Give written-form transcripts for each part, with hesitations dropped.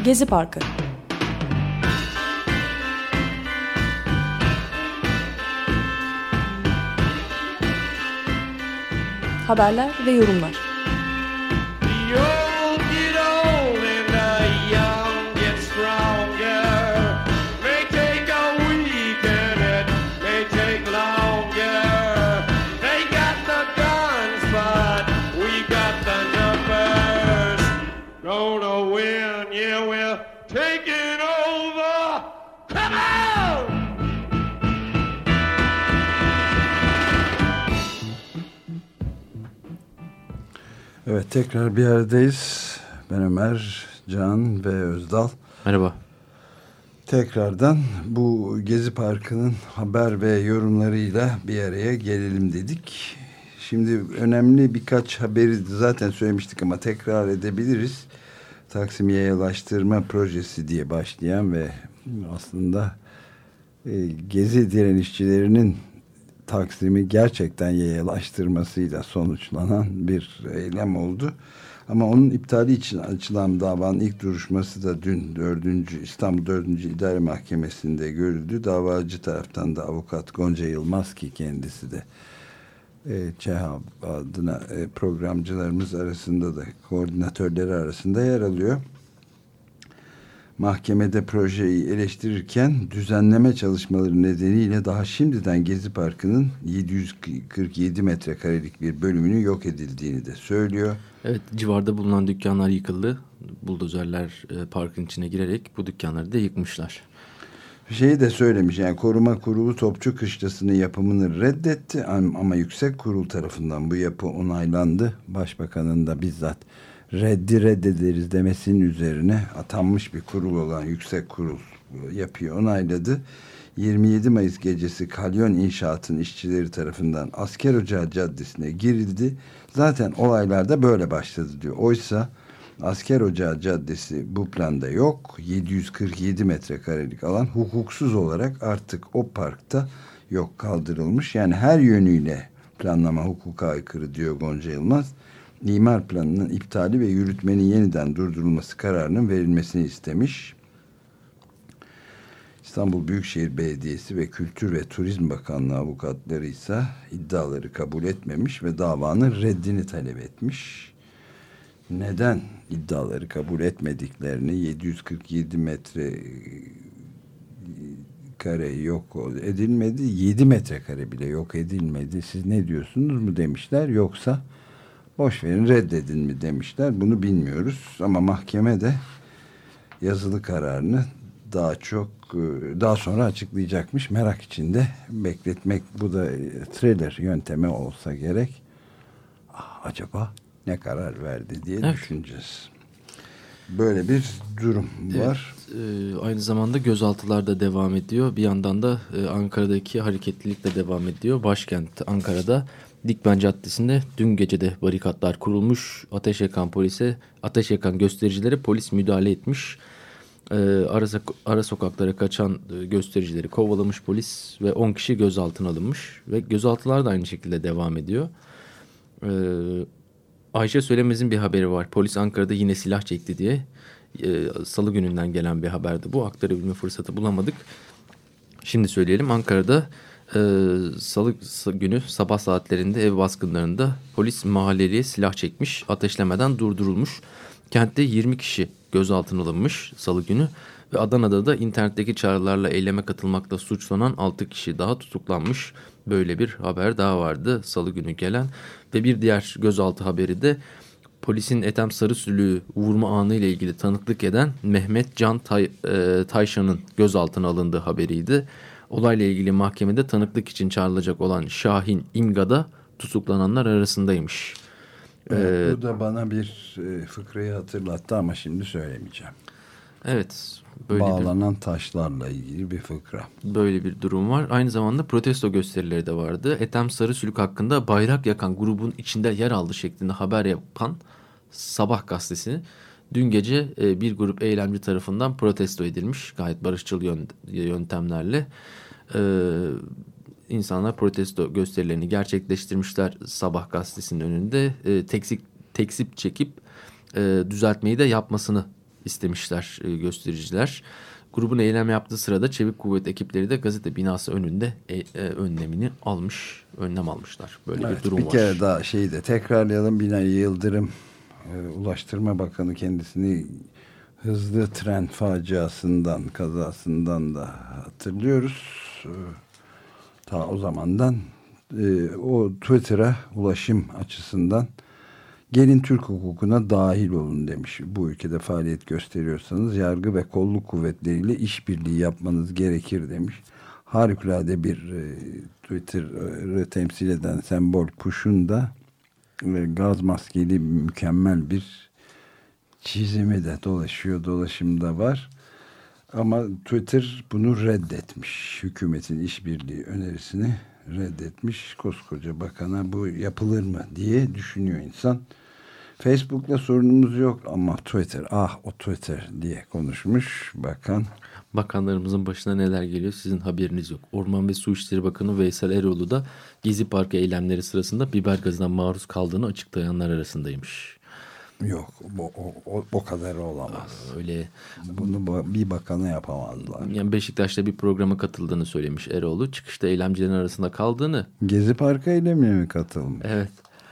Gezi Parkı. Haberler ve yorumlar. Evet, tekrar bir aradayız. Ben Ömer, Can ve Özdal. Merhaba. Tekrardan bu Gezi Parkı'nın haber ve yorumlarıyla bir araya gelelim dedik. Şimdi önemli birkaç haberi zaten söylemiştik ama tekrar edebiliriz. Taksim Yayalaştırma Projesi diye başlayan ve aslında Gezi direnişçilerinin Taksim'i gerçekten yayalaştırmasıyla sonuçlanan bir eylem oldu. Ama onun iptali için açılan davanın ilk duruşması da dün İstanbul 4. İdare Mahkemesi'nde görüldü. Davacı taraftan da avukat Gonca Yılmaz, ki kendisi de ÇEHAB adına programcılarımız arasında da, koordinatörleri arasında yer alıyor. Mahkemede projeyi eleştirirken düzenleme çalışmaları nedeniyle daha şimdiden Gezi Parkı'nın 747 metrekarelik bir bölümünü yok edildiğini de söylüyor. Evet, civarda bulunan dükkanlar yıkıldı. Buldozerler parkın içine girerek bu dükkanları da yıkmışlar. Şeyi de söylemiş, yani koruma kurulu Topçu Kışlası'nın yapımını reddetti ama yüksek kurul tarafından bu yapı onaylandı. Başbakanın da bizzat reddederiz demesinin üzerine atanmış bir kurul olan yüksek kurul yapıyı onayladı. 27 Mayıs gecesi Kalyon İnşaat'ın işçileri tarafından Askerocağı Caddesi'ne girildi. Zaten olaylar da böyle başladı diyor. Oysa Askerocağı Caddesi bu planda yok. 747 metrekarelik alan hukuksuz olarak artık o parkta yok, kaldırılmış. Yani her yönüyle planlama hukuka aykırı diyor Gonca Yılmaz. İmar planının iptali ve yürütmenin yeniden durdurulması kararının verilmesini istemiş. İstanbul Büyükşehir Belediyesi ve Kültür ve Turizm Bakanlığı avukatları ise iddiaları kabul etmemiş ve davanın reddini talep etmiş. Neden iddiaları kabul etmediklerini, 747 metre kare yok edilmedi, 7 metrekare bile yok edilmedi, siz ne diyorsunuz mu demişler, yoksa boş verin reddedin mi demişler, bunu bilmiyoruz. Ama mahkeme de yazılı kararını daha sonra açıklayacakmış. Merak içinde bekletmek, bu da thriller yöntemi olsa gerek. Acaba ne karar verdi diye düşüneceğiz. Böyle bir durum var. Evet, aynı zamanda gözaltılar da devam ediyor. Bir yandan da Ankara'daki hareketlilik de devam ediyor. Başkent Ankara'da Dikmen Caddesi'nde dün gece de barikatlar kurulmuş. Ateş yakan göstericilere polis müdahale etmiş. Ara sokaklara kaçan göstericileri kovalamış polis ve 10 kişi gözaltına alınmış. Ve gözaltılar da aynı şekilde devam ediyor. Ayşe Söylemez'in bir haberi var. Polis Ankara'da yine silah çekti diye. Salı gününden gelen bir haberdi bu. Aktarabilme fırsatı bulamadık. Şimdi söyleyelim. Ankara'da Salı günü sabah saatlerinde ev baskınlarında polis mahalleliye silah çekmiş. Ateşlemeden durdurulmuş. Kentte 20 kişi gözaltına alınmış Salı günü. Ve Adana'da da internetteki çağrılarla eyleme katılmakta suçlanan 6 kişi daha tutuklanmış. Böyle bir haber daha vardı Salı günü gelen. Ve bir diğer gözaltı haberi de polisin Ethem Sarısülük'ü vurma anı ile ilgili tanıklık eden Mehmet Can Tayşan'ın gözaltına alındığı haberiydi. Olayla ilgili mahkemede tanıklık için çağrılacak olan Şahin İmga'da tutuklananlar arasındaymış. Evet, bu da bana bir fıkrayı hatırlattı ama şimdi söylemeyeceğim. Evet. Bağlanan taşlarla ilgili bir fıkra. Böyle bir durum var. Aynı zamanda protesto gösterileri de vardı. Ethem Sarısülük hakkında bayrak yakan grubun içinde yer aldı şeklinde haber yapan Sabah gazetesi dün gece bir grup eylemci tarafından protesto edilmiş. Gayet barışçıl yöntemlerle. İnsanlar protesto gösterilerini gerçekleştirmişler Sabah gazetesinin önünde. Teksip çekip düzeltmeyi de yapmasını istemişler göstericiler. Grubun eylem yaptığı sırada çevik kuvvet ekipleri de gazete binası önünde önlem almışlar. Böyle bir durum var. Bir kere daha şeyi de tekrarlayalım. Binali Yıldırım Ulaştırma Bakanı kendisini hızlı tren kazasından da hatırlıyoruz. Ta o zamandan o Twitter'a ulaşım açısından gelin Türk hukukuna dahil olun demiş. Bu ülkede faaliyet gösteriyorsanız yargı ve kolluk kuvvetleriyle işbirliği yapmanız gerekir demiş. Harikulade bir Twitter'ı temsil eden sembol kuşun da gaz maskeli mükemmel bir çizimi de dolaşımda var. Ama Twitter bunu reddetmiş. Hükümetin işbirliği önerisini reddetmiş. Koskoca bakana bu yapılır mı diye düşünüyor insan. Facebook'la sorunumuz yok ama Twitter, o Twitter diye konuşmuş bakan. Bakanlarımızın başına neler geliyor sizin haberiniz yok. Orman ve Su İşleri Bakanı Veysel Eroğlu da Gezi Parkı eylemleri sırasında biber gazına maruz kaldığını açıklayanlar arasındaymış. Yok o kadar olamaz. Öyle. Bunu bir bakana yapamazlar. Yani Beşiktaş'ta bir programa katıldığını söylemiş Eroğlu. Çıkışta eylemcilerin arasında kaldığını. Gezi Parkı eylemine mi katılmış? Evet.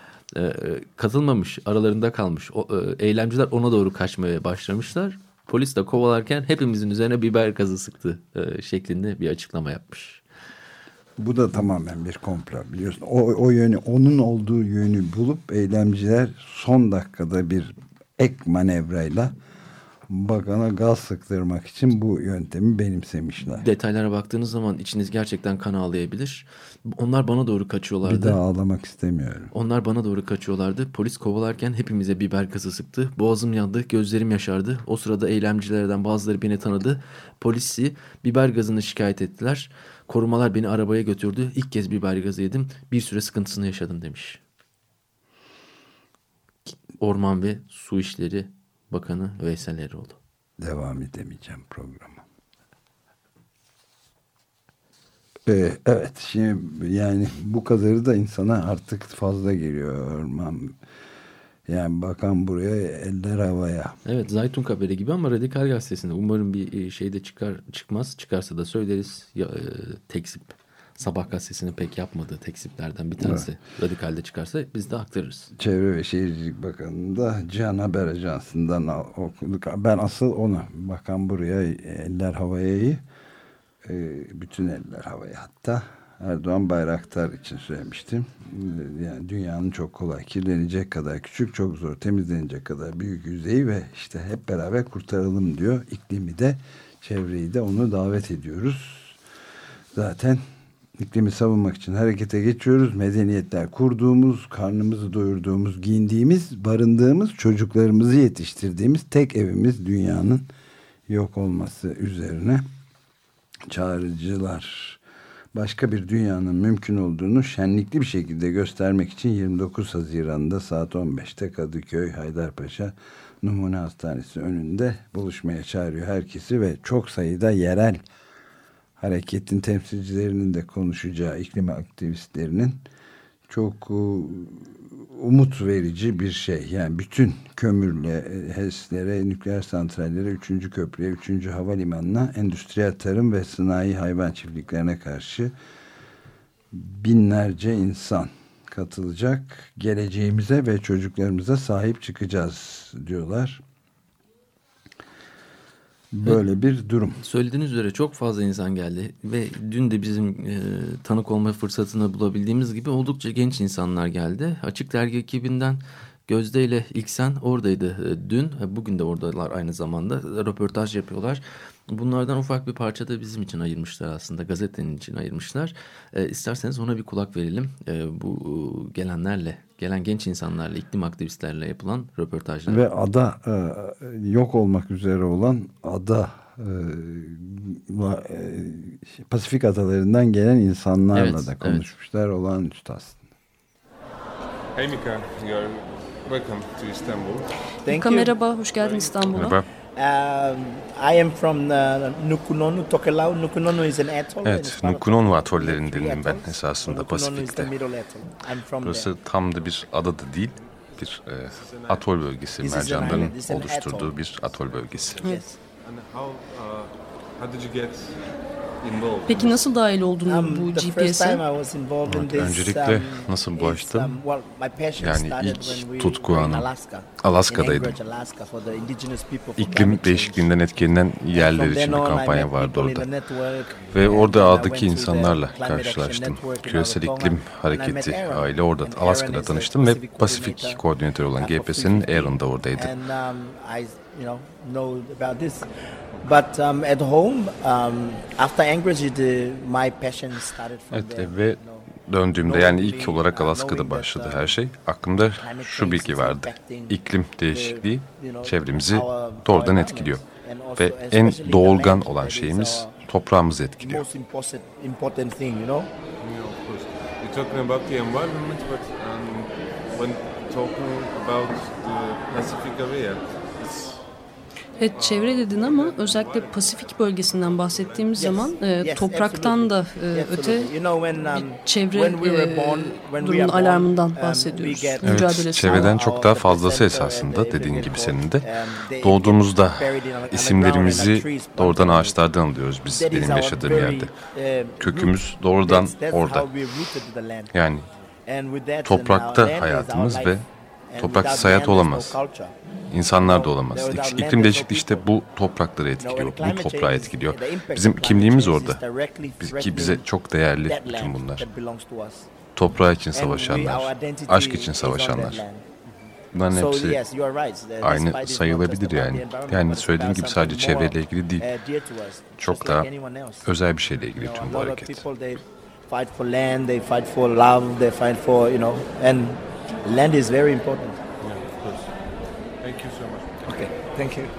Katılmamış, aralarında kalmış. Eylemciler ona doğru kaçmaya başlamışlar. Polis de kovalarken hepimizin üzerine biber gazı sıktı şeklinde bir açıklama yapmış. Bu da tamamen bir komplo biliyorsun. O yönü, onun olduğu yönü bulup eylemciler son dakikada bir ek manevrayla bakana gaz sıktırmak için bu yöntemi benimsemişler. Detaylara baktığınız zaman içiniz gerçekten kan ağlayabilir. Onlar bana doğru kaçıyorlardı. Bir daha ağlamak istemiyorum. Onlar bana doğru kaçıyorlardı. Polis kovalarken hepimize biber gazı sıktı. Boğazım yandı, gözlerim yaşardı. O sırada eylemcilerden bazıları beni tanıdı. Polisi biber gazını şikayet ettiler. Korumalar beni arabaya götürdü. İlk kez biber gazı yedim. Bir süre sıkıntısını yaşadım demiş. Orman ve Su İşleri Bakanı Veysel Eroğlu. Devam edemeyeceğim programa. Evet, şimdi yani bu kadarı da insana artık fazla geliyor. Yani bakan buraya, eller havaya. Evet, Zaytun haberi gibi ama Radikal Gazetesi'nde. Umarım bir şey de çıkmaz. Çıkarsa da söyleriz. Tekzip. Sabah gazetesinin pek yapmadığı tekziplerden bir tanesi. Evet. Radikal'de çıkarsa biz de aktarırız. Çevre ve Şehircilik Bakanı'nda Cihan Haber Ajansı'ndan okuduk. Ben asıl onu, bakan buraya, eller havaya'yı, bütün eller havaya, hatta Erdoğan Bayraktar için söylemiştim. Yani dünyanın çok kolay kirlenecek kadar küçük, çok zor temizlenecek kadar büyük yüzeyi ve işte hep beraber kurtaralım diyor. İklimi de, çevreyi de, onu davet ediyoruz. Zaten İklimi savunmak için harekete geçiyoruz. Medeniyetler kurduğumuz, karnımızı doyurduğumuz, giyindiğimiz, barındığımız, çocuklarımızı yetiştirdiğimiz tek evimiz dünyanın yok olması üzerine çağrıcılar. Başka bir dünyanın mümkün olduğunu şenlikli bir şekilde göstermek için 29 Haziran'da saat 15'te Kadıköy Haydarpaşa Numune Hastanesi önünde buluşmaya çağırıyor herkesi ve çok sayıda yerel hareketin temsilcilerinin de konuşacağı, iklim aktivistlerinin, çok umut verici bir şey. Yani bütün kömürle, HES'lere, nükleer santrallere, 3. köprüye, 3. havalimanına, endüstriyel tarım ve sanayi hayvan çiftliklerine karşı binlerce insan katılacak. Geleceğimize ve çocuklarımıza sahip çıkacağız diyorlar. Böyle bir durum. Söylediğiniz üzere çok fazla insan geldi ve dün de bizim tanık olma fırsatını bulabildiğimiz gibi oldukça genç insanlar geldi. Açık Dergi ekibinden Gözde ile İlksen oradaydı dün. Bugün de oradalar aynı zamanda. Röportaj yapıyorlar. Bunlardan ufak bir parça da bizim için ayırmışlar aslında. Gazetenin için ayırmışlar. İsterseniz ona bir kulak verelim. Bu gelen genç insanlarla, iklim aktivistlerle yapılan röportajlar. Ve yok olmak üzere olan Pasifik adalarından gelen insanlarla da konuşmuşlar. Evet. Olağanüstü aslında. Hey Mika, you're welcome to Istanbul. Thank you. Merhaba, hoş geldin İstanbul'a. Merhaba. I am from Nukunonu, Tokelau. Nukunonu is an atoll. Evet, Nukunonu atollerindenim ben esasında Pasifik'te. Burası tam da bir ada da değil. bir atol bölgesi, mercanların oluşturduğu bir atol bölgesi. Evet. How did you get involved? Peki nasıl dahil oldun bu GPS'e? Öncelikle nasıl bulaştım? Yani ilk tutku anım Alaska'daydım. İklim değişikliğinden etkilenen yerler için bir kampanya vardı orada. Ve orada ağdaki insanlarla karşılaştım. Küresel İklim Hareketi aile orada Alaska'da tanıştım ve Pasifik koordinatörü olan GPS'nin Aaron da oradaydı. But at home, after Anchorage, my passion started from Evet, there. eve döndüğümde yani ilk olarak Alaska'da başladı her şey. Aklımda şu bilgi vardı. İklim değişikliği çevremizi doğrudan etkiliyor. Ve en doğurgan olan şeyimiz toprağımızı etkiliyor. Most important thing, you know. Yeah, of course. You're talking about the environment, but when talking about the Pacific area, it's Evet, çevre dedin ama özellikle Pasifik bölgesinden bahsettiğimiz zaman topraktan da öte bir çevre durumun alarmından bahsediyoruz. evet, çevreden çok daha fazlası esasında dediğin gibi senin de. Doğduğumuzda isimlerimizi doğrudan ağaçlardan alıyoruz biz benim yaşadığım yerde. Kökümüz doğrudan orada. Yani toprakta hayatımız ve topraksız hayat olamaz. İnsanlar da olamaz. İklim değişikliği işte bu toprakları etkiliyor, bu toprağı etkiliyor. Bizim kimliğimiz orada. Ki bize çok değerli bütün bunlar. Toprağı için savaşanlar, aşk için savaşanlar. Bunların hepsi aynı sayılabilir yani. Yani söylediğim gibi sadece çevreyle ilgili değil. Çok daha özel bir şeyle ilgili tüm bu hareket. Fight for land, they fight for love, they fight for, and land is very important. Yeah, of course. Thank you so much. Okay, thank you.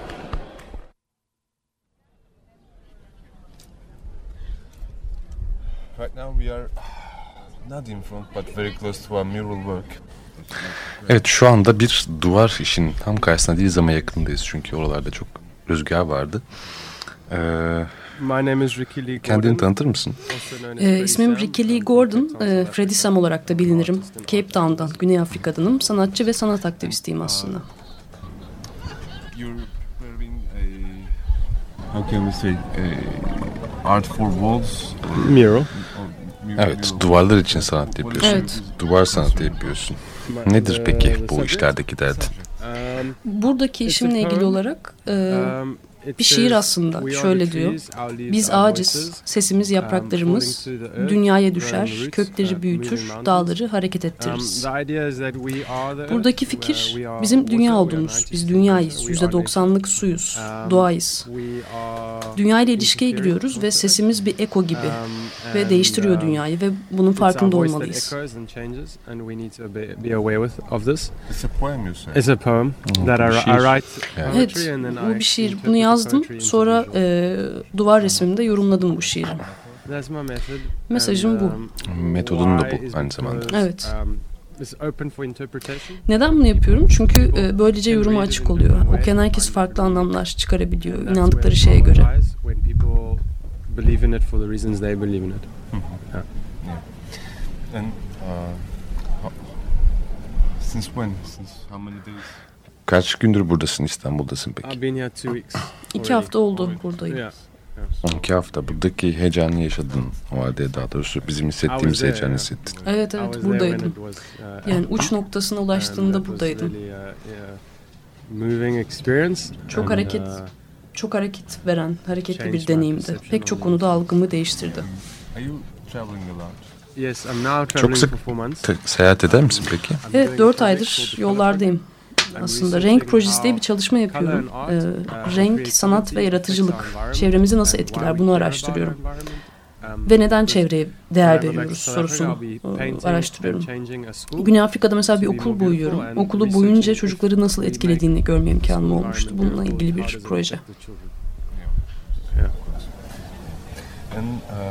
Right now we are not in front but very close to our mural work. Evet, şu anda bir duvar işin tam karşısında değiliz ama yakındayız çünkü oralarda çok rüzgar vardı. My name is Ricky Lee Gordon. Kendini tanıtır mısın? İsmim Ricky Lee Gordon. Freddie Sam olarak da bilinirim. Cape Town'dan, Güney Afrika'danım. Sanatçı ve sanat aktivistiyim aslında. You're wearing a, how can we say, art for walls? Mural. Evet, duvarlar için sanat yapıyorsun. Evet. Duvar sanatı yapıyorsun. Nedir peki bu işlerdeki derdin? Buradaki işimle ilgili olarak bir şiir aslında şöyle diyor. Biz ağacız, sesimiz yapraklarımız, dünyaya düşer, kökleri büyütür, dağları hareket ettiririz. Buradaki fikir bizim dünya olduğumuz, biz dünyayız, %90'lık suyuz, doğayız. Dünya ile ilişkiye giriyoruz ve sesimiz bir eko gibi ve değiştiriyor dünyayı ve bunun farkında olmalıyız. It's a poem you say. It's a poem that I write Evet, poetry and then bu bir şiir. Bunu yazdım. Sonra duvar resmimde yorumladım bu şiiri. That's my method. Mesajım bu. Metodun da bu aynı zamanda. Evet. It's open for interpretation. Neden bunu yapıyorum? Çünkü böylece yoruma açık oluyor. Okuyan herkes farklı anlamlar çıkarabiliyor inandıkları şeye göre. When people believe in it for the reasons they believe in it. And since when? Since how many days? Kaç gündür buradasın, İstanbul'dasın peki? I've been here 2 weeks. 2 hafta oldu buradayım. Yeah. 2 hafta. Buradaki heyecanı yaşadın o halde, daha doğrusu bizim hissettiğimiz heyecanı hissettin. Evet, buradaydım. Yani uç noktasına ulaştığında buradaydım. Moving experience. Çok hareket veren, hareketli bir deneyimdi. Pek çok konuda algımı değiştirdi. Are you traveling a lot? Yes, I'm now Çok traveling sık for 4 months. seyahat eder misin peki? Evet, 4 aydır yollardayım. Aslında Renk Projesi diye bir çalışma yapıyorum. Renk, sanat ve yaratıcılık çevremizi nasıl etkiler bunu araştırıyorum. Ve neden çevreye değer veriyoruz sorusunu araştırıyorum. Güney Afrika'da mesela bir okul boyuyorum. Okulu boyunca çocukları nasıl etkilediğini görme imkanım olmuştu. Bununla ilgili bir proje. And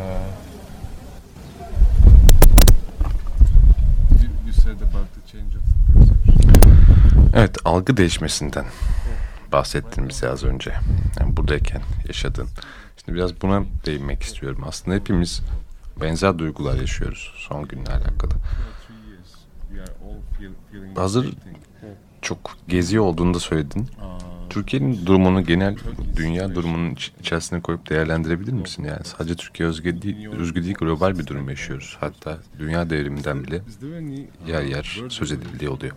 you said about the change of perception. Evet, algı değişmesinden bahsettin bize az önce. Yani buradayken yaşadın. Şimdi biraz buna değinmek istiyorum. Aslında hepimiz benzer duygular yaşıyoruz son günle alakalı. Hazır çok gezi olduğunu da söyledin. Türkiye'nin durumunu genel dünya durumunun içerisine koyup değerlendirebilir misin? Yani sadece Türkiye özgü değil global bir durum yaşıyoruz. Hatta dünya devriminden bile yer yer söz edildiği oluyor.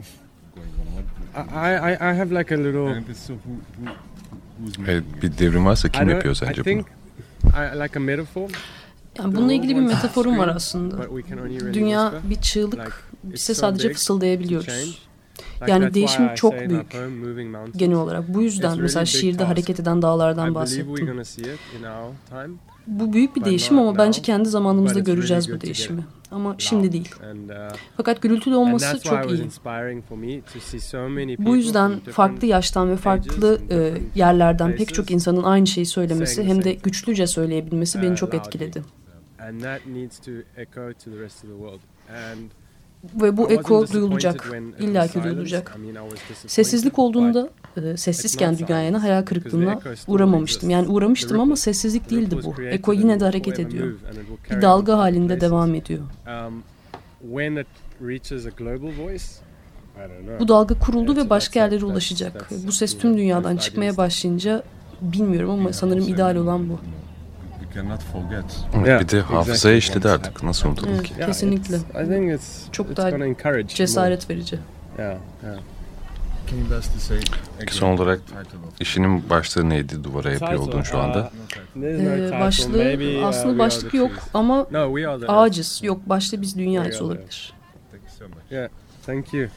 I have like a little... Evet, bir devrim varsa kim yapıyor sence bunu? Like a metaphor. Yani bununla ilgili bir metaforum var aslında. Dünya bir çığlık, bize sadece fısıldayabiliyoruz. Yani değişim çok büyük genel olarak. Bu yüzden mesela şiirde hareket eden dağlardan bahsettim. Bu büyük bir değişim ama bence kendi zamanımızda göreceğiz bu değişimi. Ama şimdi değil. Fakat gürültülü olması çok iyi. Bu yüzden farklı yaştan ve farklı yerlerden pek çok insanın aynı şeyi söylemesi hem de güçlüce söyleyebilmesi beni çok etkiledi. Ve bu eko duyulacak, illaki duyulacak. Sessizlik olduğunda, sessizken dünyaya hayal kırıklığına uğramamıştım. Yani uğramıştım ama sessizlik değildi bu. Eko yine de hareket ediyor. Bir dalga halinde devam ediyor. Bu dalga kuruldu ve başka yerlere ulaşacak. Bu ses tüm dünyadan çıkmaya başlayınca bilmiyorum ama sanırım ideal olan bu. Bir de hafızaya işledi artık. Nasıl unutalım ki? Kesinlikle. Çok daha cesaret verici. Son olarak işinin başlığı neydi? Duvara yapıyor olduğun şu anda. Başlığı aslında başlık yok ama ağacız. Yok, başlığı biz dünyayız olabilir. Thank you.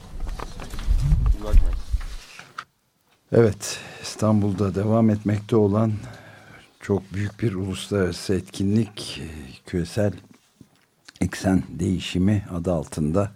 Evet, İstanbul'da devam etmekte olan çok büyük bir uluslararası etkinlik, küresel eksen değişimi adı altında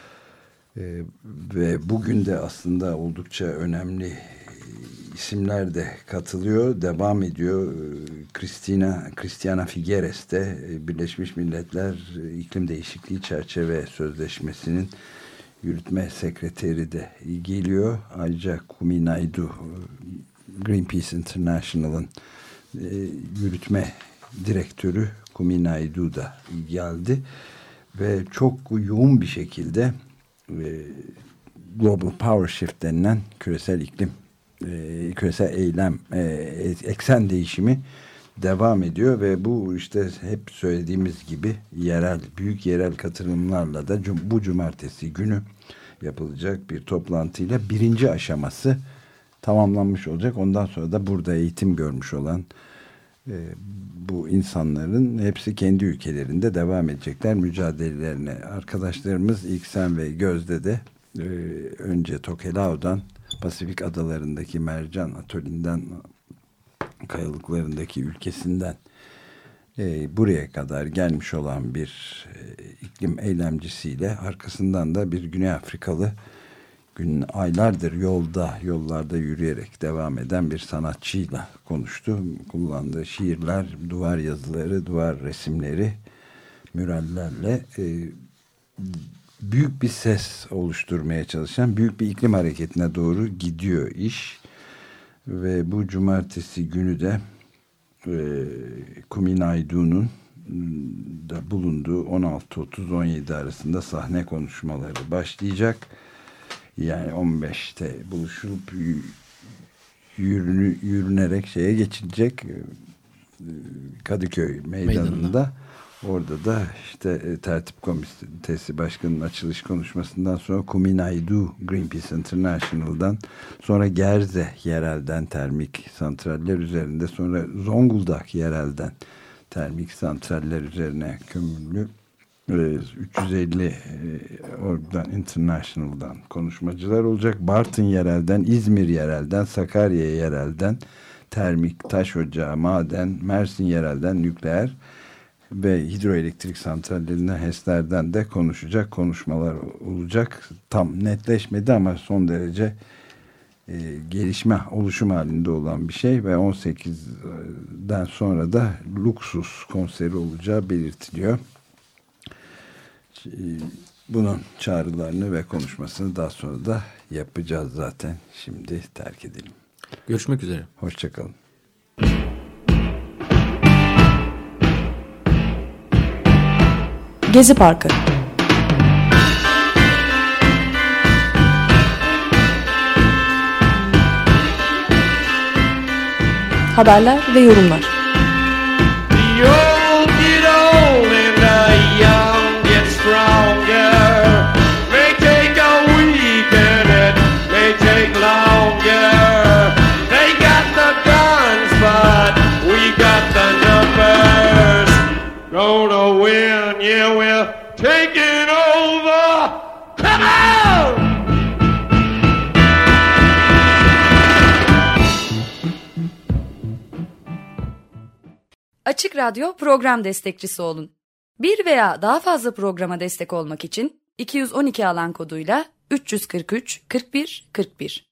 ve bugün de aslında oldukça önemli isimler de katılıyor, devam ediyor. Christiana Figueres de Birleşmiş Milletler İklim Değişikliği Çerçeve Sözleşmesi'nin yürütme sekreteri de geliyor. Ayrıca Kumi Naidoo, Greenpeace International'ın yürütme direktörü Kumi Naidoo da geldi ve çok yoğun bir şekilde Global Power Shift denilen küresel iklim, küresel eylem, eksen değişimi devam ediyor ve bu işte hep söylediğimiz gibi büyük yerel katılımlarla da bu cumartesi günü yapılacak bir toplantıyla birinci aşaması tamamlanmış olacak. Ondan sonra da burada eğitim görmüş olan bu insanların hepsi kendi ülkelerinde devam edecekler mücadelelerine. Arkadaşlarımız İlksen ve Gözde de önce Tokelau'dan, Pasifik adalarındaki mercan atölünden, kayalıklarındaki ülkesinden buraya kadar gelmiş olan bir iklim eylemcisiyle, arkasından da bir Güney Afrikalı, aylardır yollarda yürüyerek devam eden bir sanatçıyla konuştu. Kullandığı şiirler, duvar yazıları, duvar resimleri, mürallerle büyük bir ses oluşturmaya çalışan büyük bir iklim hareketine doğru gidiyor iş. Ve bu cumartesi günü de Kumi Naidoo'nun da bulunduğu 16.30-17 arasında sahne konuşmaları başlayacak. Yani 15'te buluşulup yürünerek şeye geçilecek, Kadıköy meydanında. Orada da işte tertip komitesi başkanının açılış konuşmasından sonra Kumi Naidoo Greenpeace International'dan, sonra Gerze yerelden termik santraller üzerinde, sonra Zonguldak yerelden termik santraller üzerine kömürlü 350 oradan International'dan konuşmacılar olacak. Bartın yerelden, İzmir yerelden, Sakarya yerelden termik, taş ocağı, maden, Mersin yerelden nükleer ve hidroelektrik santrallerinden, HES'lerden de konuşacak konuşmalar olacak. Tam netleşmedi ama son derece gelişme, oluşum halinde olan bir şey ve 18'den sonra da Luxus konseri olacağı belirtiliyor. Bunun çağrılarını ve konuşmasını daha sonra da yapacağız zaten. Şimdi terk edelim. Görüşmek üzere. Hoşçakalın. Gezi Parkı. haberler ve yorumlar. Gonna win, yeah, we're taking over. Come on! Açık Radyo program destekçisi olun. Bir veya daha fazla programa destek olmak için 212 alan koduyla 343 41 41